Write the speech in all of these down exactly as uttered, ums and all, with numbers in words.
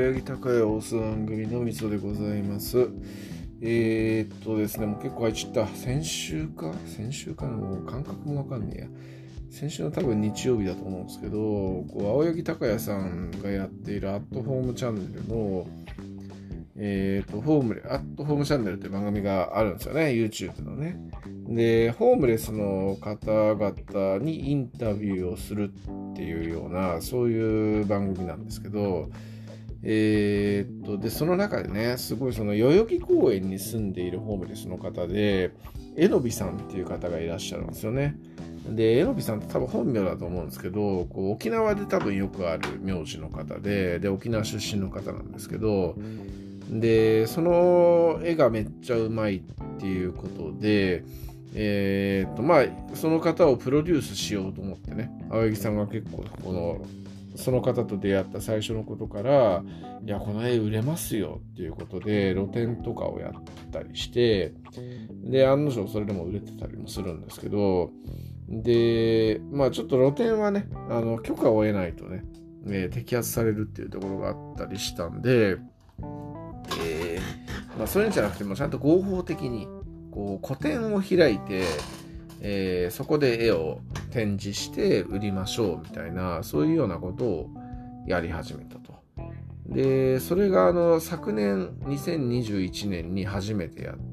柳高也オス番組のみそでございます。えー、っとですね、もう結構空いちゃった。先週か先週かの感覚もわかんねえや。先週の多分日曜日だと思うんですけど、こう青柳高也さんがやっているアットホームチャンネルの、えー、っと、ホームレ、アットホームチャンネルという番組があるんですよね、YouTube のね。で、ホームレスの方々にインタビューをするっていうような、そういう番組なんですけど、えー、っと、で、その中でね、すごいその代々木公園に住んでいるホームレスの方で、えのびさんっていう方がいらっしゃるんですよね。で、えのびさんって多分本名だと思うんですけど、こう沖縄で多分よくある名字の方で、で、沖縄出身の方なんですけど、で、その絵がめっちゃうまいっていうことで、えー、っと、まあ、その方をプロデュースしようと思ってね、青柳さんが結構、この、その方と出会った最初のことから、いや、この絵売れますよっていうことで、露店とかをやったりして、で、案の定それでも売れてたりもするんですけど、で、まあちょっと露店はね、あの、許可を得ないとね、えー摘発されるっていうところがあったりしたんで、えーまあ、そういうんじゃなくてもちゃんと合法的にこう個展を開いて、えー、そこで絵を展示して売りましょうみたいな、そういうようなことをやり始めたと。で、それがあの昨年にせんにじゅういちねんに初めてやって、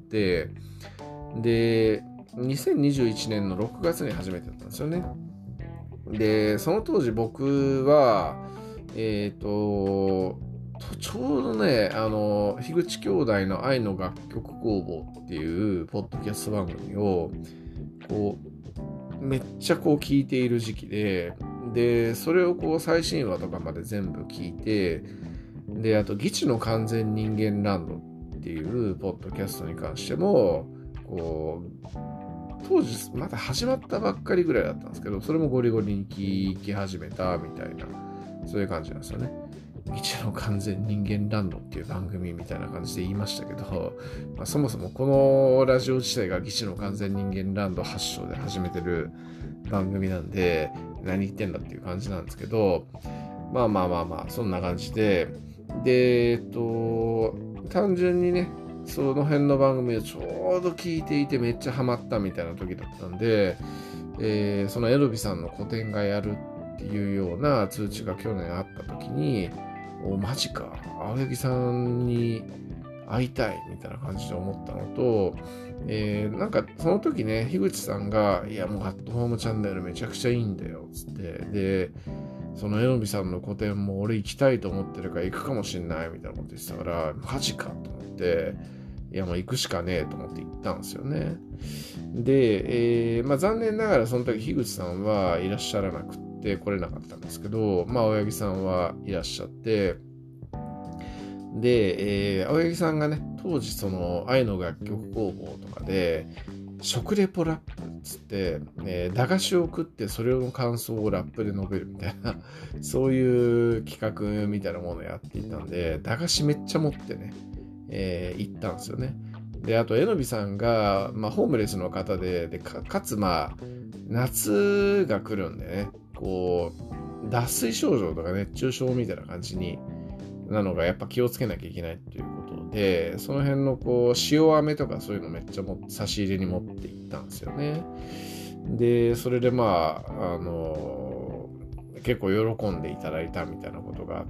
で、にせんにじゅういちねんのろくがつに初めてやったんですよね。で、その当時僕は、えっと、ちょうどね、あの、樋口兄弟の愛の楽曲工房っていうポッドキャスト番組を、こう、めっちゃこう聞いている時期で、で、それをこう最新話とかまで全部聞いて、で、あと、ギチの完全人間ランドっていうポッドキャストに関しても、こう、当時まだ始まったばっかりぐらいだったんですけど、それもゴリゴリに聞き始めたみたいな、そういう感じなんですよね。ギチの完全人間ランドっていう番組みたいな感じで言いましたけど、まあ、そもそもこのラジオ自体がギチの完全人間ランド発祥で始めてる番組なんで、何言ってんだっていう感じなんですけど、まあまあまあまあ、そんな感じで、で、えっと、単純にね、その辺の番組をちょうど聞いていてめっちゃハマったみたいな時だったんで、えー、そのエロビさんの個展がやるっていうような通知が去年あった時に、おマジか、青柳さんに会いたいみたいな感じで思ったのと、えー、なんかその時ね、樋口さんが、いやもうアットホームチャンネルめちゃくちゃいいんだよつって、で、そのえのびさんの個展も俺行きたいと思ってるから行くかもしんないみたいなこと言ってたから、マジかと思って、いやもう行くしかねえと思って行ったんですよね。で、えーまあ、残念ながらその時樋口さんはいらっしゃらなくて来れなかったんですけど、まあ青柳さんはいらっしゃって、で、えー青柳さんがね、当時その愛の楽曲工房とかで食レポラップっつって、えー駄菓子を食ってそれの感想をラップで述べるみたいなそういう企画みたいなものをやっていたんで、駄菓子めっちゃ持ってね、えー行ったんですよね。で、あと、えのびさんが、まあ、ホームレスの方で、でかかつ、まあ、夏が来るんでね、こう、脱水症状とか熱中症みたいな感じになのが、やっぱ気をつけなきゃいけないっていうことで、その辺の、こう、塩飴とかそういうのめっちゃも差し入れに持って行ったんですよね。で、それで、まあ、あの、結構喜んでいただいたみたいなことがあって、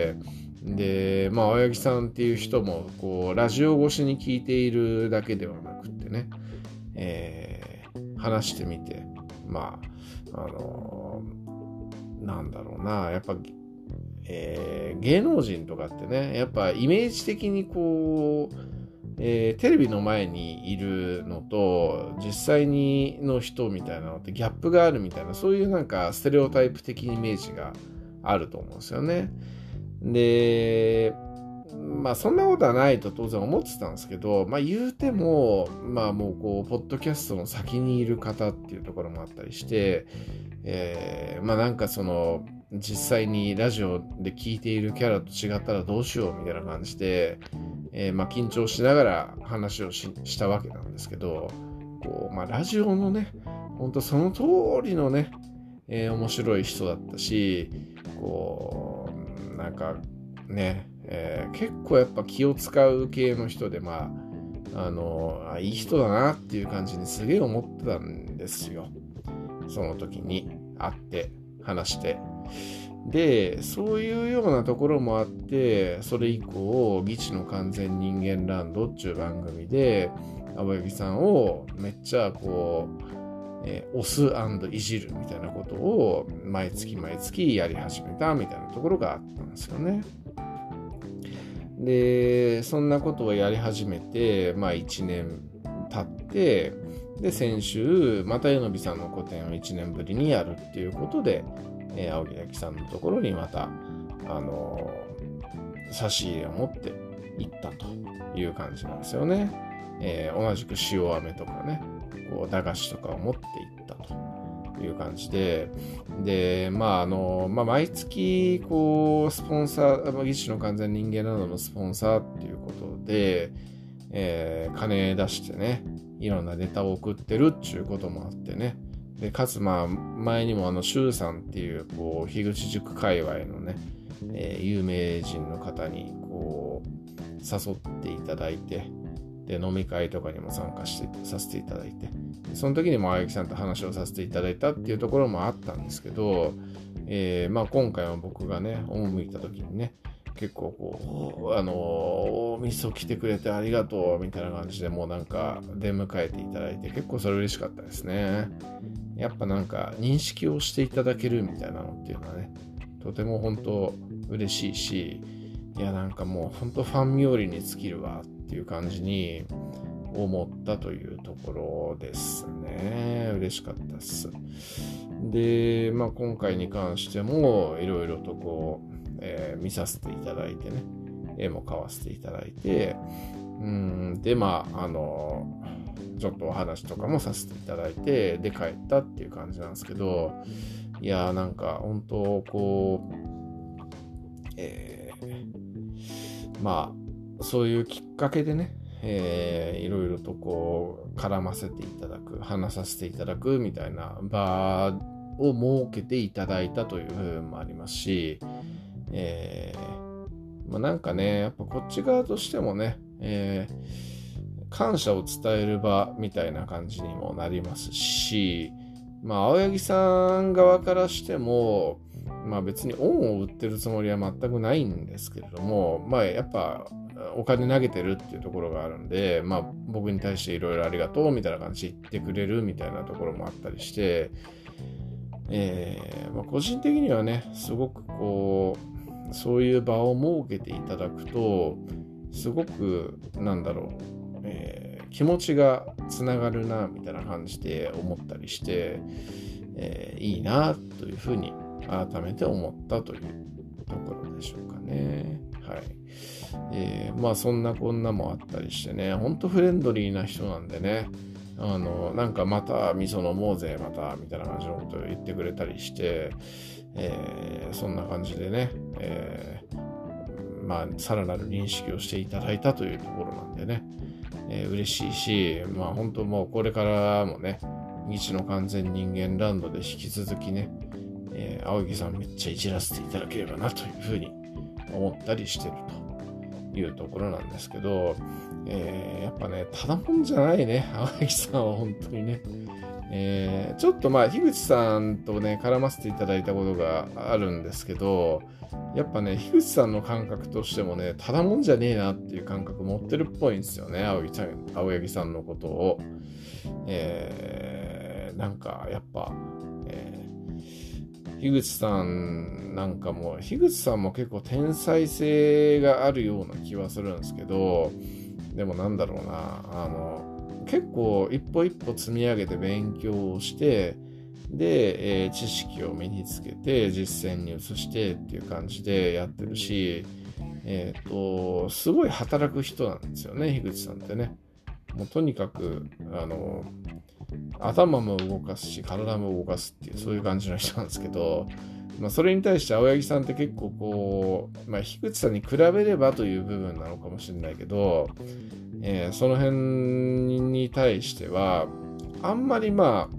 で、まあ、青柳さんっていう人も、こう、ラジオ越しに聞いているだけではなくってね、えー話してみて、まあ、あのーなんだろうな、やっぱ、えー芸能人とかってね、やっぱイメージ的にこう、えーテレビの前にいるのと実際にの人みたいなのってギャップがあるみたいな、そういうなんかステレオタイプ的イメージがあると思うんですよね。で、まあそんなことはないと当然思ってたんですけど、まあ言うても、まあもうこう、ポッドキャストの先にいる方っていうところもあったりして、えーまあなんかその、実際にラジオで聞いているキャラと違ったらどうしようみたいな感じで、えーまあ緊張しながら話を し, したわけなんですけど、こう、まあラジオのね、ほんとその通りのね、えー面白い人だったし、こう、なんかね、 えー、結構やっぱ気を使う系の人で、まあ、あのあいい人だなっていう感じにすげえ思ってたんですよ。その時に会って話して。で、そういうようなところもあって、それ以降、ギチの完全人間ランドっていう番組で、青柳さんをめっちゃこう、えー、押す&いじるみたいなことを毎月毎月やり始めたみたいなところがあったんですよね。で、そんなことをやり始めて、まあいちねん経って、で、先週、また与野さんの個展をいちねんぶりにやるっていうことで、えー、青柳さんのところにまた、あのー、差し入れを持って行ったという感じなんですよね。えー、同じく塩飴とかね、こう駄菓子とかを持って行ったという感じで、で、まあ、あの、まあ、毎月、こう、スポンサー、ギチの完全人間などのスポンサーっていうことで、えー、金出してね、いろんなネタを送ってるっていうこともあってね、で、かつ、まあ、前にもあの、シュウさんっていう、こう、樋口塾界隈のね、えー、有名人の方に、こう、誘っていただいて、で、飲み会とかにも参加してさせていただいて、その時にも青柳さんと話をさせていただいたっていうところもあったんですけど、えー、まあ今回は僕がね、赴いた時にね、結構こう、あのー、お店を来てくれてありがとうみたいな感じでもうなんか出迎えていただいて、結構それ嬉しかったですね。やっぱなんか認識をしていただけるみたいなのっていうのはね、とても本当嬉しいし、いやなんかもう本当ファン冥利に尽きるわっていう感じに思ったというところですね。嬉しかったです。で、まあ今回に関してもいろいろとこう、えー、見させていただいてね、絵も買わせていただいて、うんでまああのちょっとお話とかもさせていただいて、で帰ったっていう感じなんですけど、いやーなんか本当こう、えー、まあそういうきっかけでね、えー、いろいろとこう絡ませていただく、話させていただくみたいな場を設けていただいたという部分もありますし、えーまあ、なんかねやっぱこっち側としてもね、えー、感謝を伝える場みたいな感じにもなりますし、まあ青柳さん側からしてもまあ別に恩を売ってるつもりは全くないんですけれども、まあやっぱお金投げてるっていうところがあるんで、まあ僕に対していろいろありがとうみたいな感じで言ってくれるみたいなところもあったりして、えーまあ、個人的にはねすごくこうそういう場を設けていただくとすごくなんだろう、えー、気持ちがつながるなみたいな感じで思ったりして、えー、いいなというふうに改めて思ったというところでしょうかね。はい。えー、まあそんなこんなもあったりしてね、ほんとフレンドリーな人なんでね、あのなんかまた味噌飲もうぜまたみたいな感じのことを言ってくれたりして、えー、そんな感じでね、えー、まあさらなる認識をしていただいたというところなんでね、えー、嬉しいし、まあ本当もうこれからもね、日の完全人間ランドで引き続きね、えー、青柳さんめっちゃいじらせていただければなというふうに思ったりしてるというところなんですけど、えー、やっぱねただもんじゃないね青柳さんは本当にね、えー、ちょっとまあ樋口さんとね絡ませていただいたことがあるんですけど、やっぱね樋口さんの感覚としてもねただもんじゃねえなっていう感覚持ってるっぽいんですよね、青柳さん、青柳さんのことを、えー、なんかやっぱ、えー樋口さんなんかも樋口さんも結構天才性があるような気はするんですけど、でもなんだろうな、あの結構一歩一歩積み上げて勉強をしてで、えー、知識を身につけて実践に移してっていう感じでやってるし、えっとすごい働く人なんですよね樋口さんってね。もうとにかくあの頭も動かすし体も動かすっていうそういう感じの人なんですけど、まあ、それに対して青柳さんって結構こう、まあ、樋口さんに比べればという部分なのかもしれないけど、えー、その辺に対してはあんまりまあ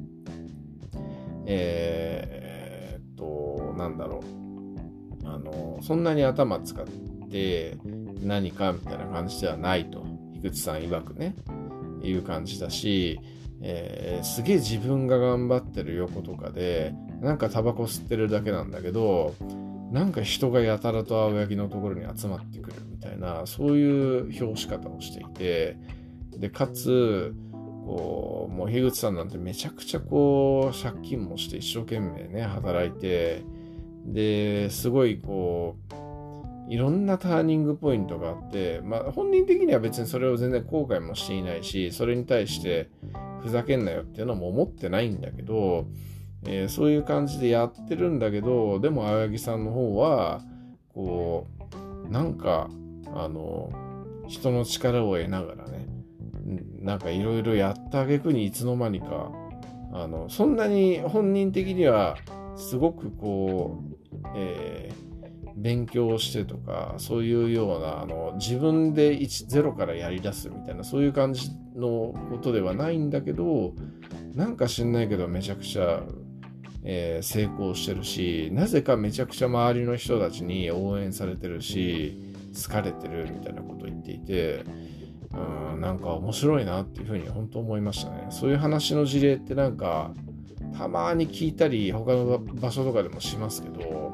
えー、っとなんだろうあのそんなに頭使って何かみたいな感じではないと、樋口さん曰くね、いう感じだし、えー、すげえ自分が頑張ってる横とかでなんかタバコ吸ってるだけなんだけど、なんか人がやたらと青柳のところに集まってくるみたいな、そういう評し方をしていて、でかつこうもう樋口さんなんてめちゃくちゃこう借金もして一生懸命ね働いて、ですごいこういろんなターニングポイントがあって、まあ本人的には別にそれを全然後悔もしていないし、それに対してふざけんなよっていうのも思ってないんだけど、えー、そういう感じでやってるんだけど、でも青柳さんの方はこうなんかあの人の力を得ながらね、なんかいろいろやった挙句にいつの間にかあのそんなに本人的にはすごくこう、えー勉強してとかそういうようなあの自分でいちゼロからやり出すみたいなそういう感じのことではないんだけど、なんか知んないけどめちゃくちゃ、えー、成功してるし、なぜかめちゃくちゃ周りの人たちに応援されてるし好かれてるみたいなことを言っていて、うん、なんか面白いなっていうふうに本当思いましたね。そういう話の事例ってなんかたまに聞いたり他の場所とかでもしますけど、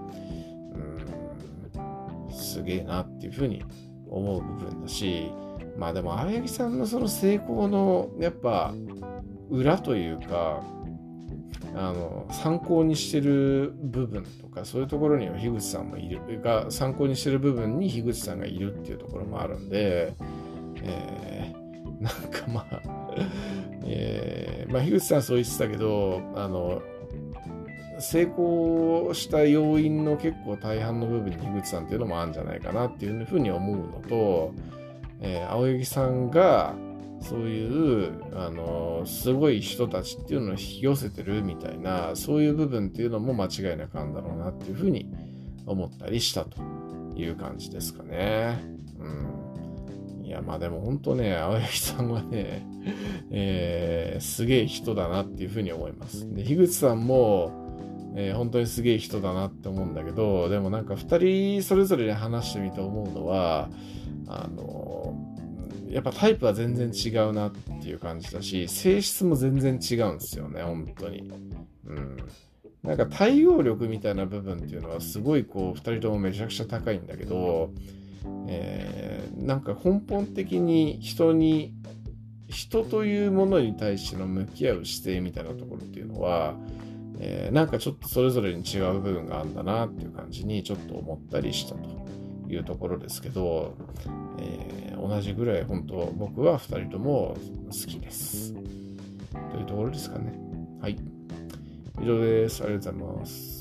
すげえなっていうふうに思う部分だし、まあでも青柳さんのその成功のやっぱ裏というかあの参考にしてる部分とかそういうところには樋口さんもいるが参考にしてる部分に樋口さんがいるっていうところもあるんで、えー、なんかまあ、えー、まあ樋口さんはそう言ってたけど、あの成功した要因の結構大半の部分に樋口さんっていうのもあるんじゃないかなっていうふうに思うのと、えー、青柳さんがそういうあのすごい人たちっていうのを引き寄せてるみたいなそういう部分っていうのも間違いなくあるんだろうなっていうふうに思ったりしたという感じですかね。うん、いやまあでも本当ね青柳さんはね、えー、すげえ人だなっていうふうに思います。で樋口さんもえー、本当にすげえ人だなって思うんだけど、でもなんかふたりそれぞれで話してみて思うのはあのやっぱタイプは全然違うなっていう感じだし、性質も全然違うんですよね本当に。うん、なんか対応力みたいな部分っていうのはすごいこうふたりともめちゃくちゃ高いんだけど、えー、なんか根本的に人に人というものに対しての向き合う姿勢みたいなところっていうのはえー、なんかちょっとそれぞれに違う部分があるんだなっていう感じにちょっと思ったりしたというところですけど、えー、同じぐらい本当僕はふたりとも好きですというところですかね。はい、以上です。ありがとうございます。